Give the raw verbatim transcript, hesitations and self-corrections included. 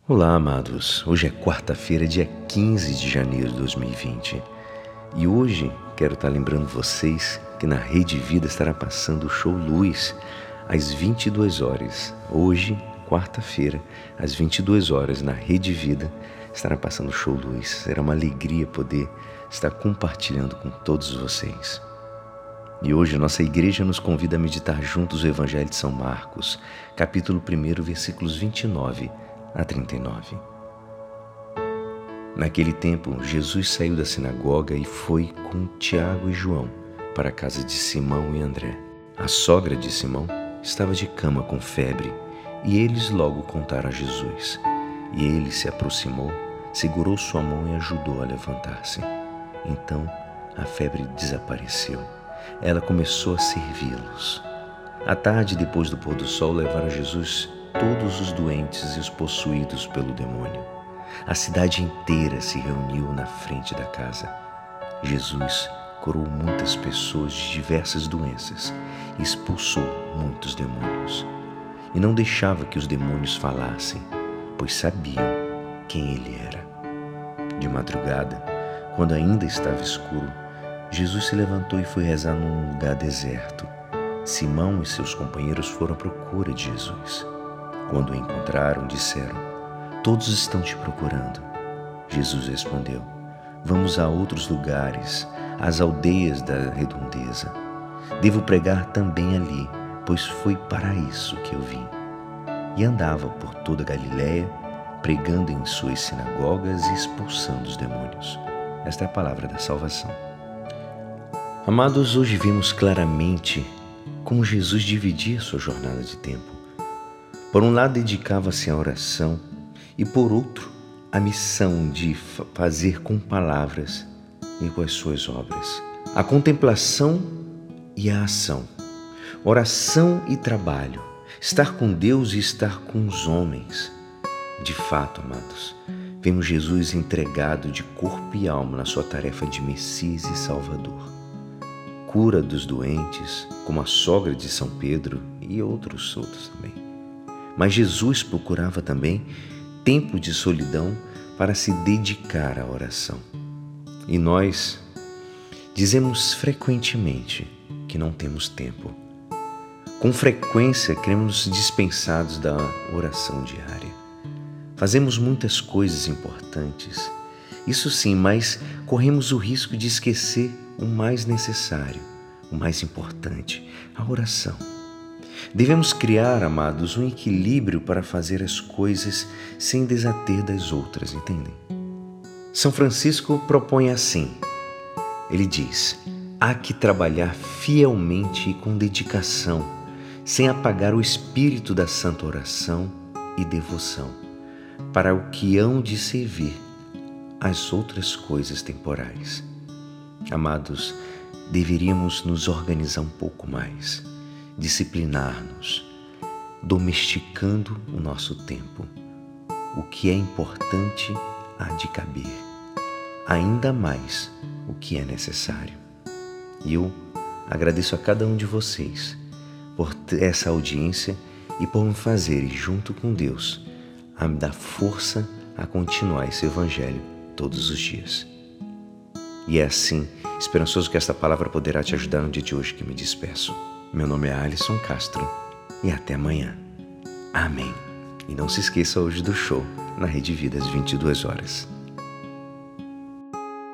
Olá, amados. Hoje é quarta-feira, dia quinze de janeiro de dois mil e vinte. E hoje quero estar lembrando vocês que na Rede Vida estará passando o show Luz às vinte e duas horas. Hoje, quarta-feira, às vinte e duas horas, na Rede Vida estará passando o show Luz. Será uma alegria poder estar compartilhando com todos vocês. E hoje nossa igreja nos convida a meditar juntos o Evangelho de São Marcos, capítulo um, versículos vinte e nove a trinta e nove. Naquele tempo, Jesus saiu da sinagoga e foi com Tiago e João para a casa de Simão e André. A sogra de Simão estava de cama com febre e eles logo contaram a Jesus. E ele se aproximou, segurou sua mão e ajudou a levantar-se. Então a febre desapareceu. Ela começou a servi-los. À tarde, depois do pôr do sol, levaram a Jesus todos os doentes e os possuídos pelo demônio. A cidade inteira se reuniu na frente da casa. Jesus curou muitas pessoas de diversas doenças e expulsou muitos demônios. E não deixava que os demônios falassem, pois sabiam quem ele era. De madrugada, quando ainda estava escuro, Jesus se levantou e foi rezar num lugar deserto. Simão e seus companheiros foram à procura de Jesus. Quando o encontraram, disseram: "Todos estão te procurando." Jesus respondeu: "Vamos a outros lugares, às aldeias da redondeza. Devo pregar também ali, pois foi para isso que eu vim." E andava por toda a Galiléia, pregando em suas sinagogas e expulsando os demônios. Esta é a palavra da salvação. Amados, hoje vimos claramente como Jesus dividia sua jornada de tempo. Por um lado, dedicava-se à oração e, por outro, à missão de fazer com palavras e com as suas obras. A contemplação e a ação. Oração e trabalho. Estar com Deus e estar com os homens. De fato, amados, vemos Jesus entregado de corpo e alma na sua tarefa de Messias e Salvador. Cura dos doentes, como a sogra de São Pedro e outros outros também. Mas Jesus procurava também tempo de solidão para se dedicar à oração. E nós dizemos frequentemente que não temos tempo. Com frequência, cremos dispensados da oração diária. Fazemos muitas coisas importantes, isso sim, mas corremos o risco de esquecer o mais necessário, o mais importante, a oração. Devemos criar, amados, um equilíbrio para fazer as coisas sem desater das outras, entendem? São Francisco propõe assim, ele diz: há que trabalhar fielmente e com dedicação, sem apagar o espírito da santa oração e devoção, para o que hão de servir as outras coisas temporais. Amados, deveríamos nos organizar um pouco mais, disciplinar-nos, domesticando o nosso tempo. O que é importante há de caber, ainda mais o que é necessário. E eu agradeço a cada um de vocês por ter essa audiência e por me fazerem, junto com Deus, a me dar força a continuar esse Evangelho todos os dias. E é assim, esperançoso que esta palavra poderá te ajudar no dia de hoje que me despeço. Meu nome é Alisson Castro e até amanhã. Amém. E não se esqueça hoje do show na Rede Vida às vinte e duas horas.